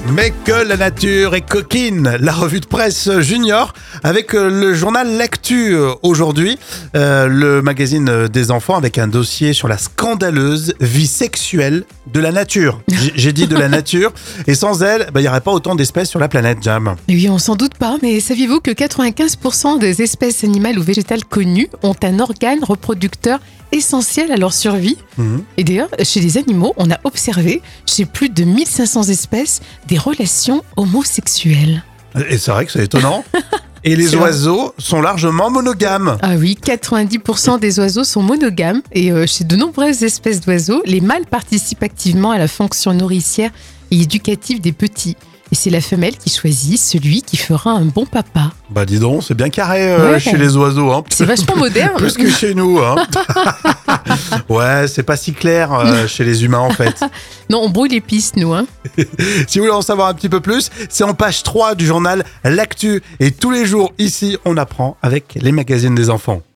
Mais que la nature est coquine, la revue de presse junior avec le journal L'Actu aujourd'hui, le magazine des enfants avec un dossier sur la scandaleuse vie sexuelle de la nature. J'ai dit de la nature, et sans elle, il n'y aurait pas autant d'espèces sur la planète, Jam. Oui, on s'en doute pas, mais saviez-vous que 95% des espèces animales ou végétales connues ont un organe reproducteur essentiel à leur survie. Et d'ailleurs, chez les animaux, on a observé, chez plus de 1500 espèces, des relations homosexuelles. Et c'est vrai que c'est étonnant. Et les oiseaux sont largement monogames. Ah oui, 90% des oiseaux sont monogames. Et chez de nombreuses espèces d'oiseaux, les mâles participent activement à la fonction nourricière et éducative des petits. Et c'est la femelle qui choisit celui qui fera un bon papa. Dis donc, c'est bien carré chez les oiseaux. Hein. C'est vachement moderne. Plus que chez nous. Hein. Ouais, c'est pas si clair chez les humains en fait. Non, on brouille les pistes, nous. Hein. Si vous voulez en savoir un petit peu plus, c'est en page 3 du journal L'Actu. Et tous les jours, ici, on apprend avec les magazines des enfants.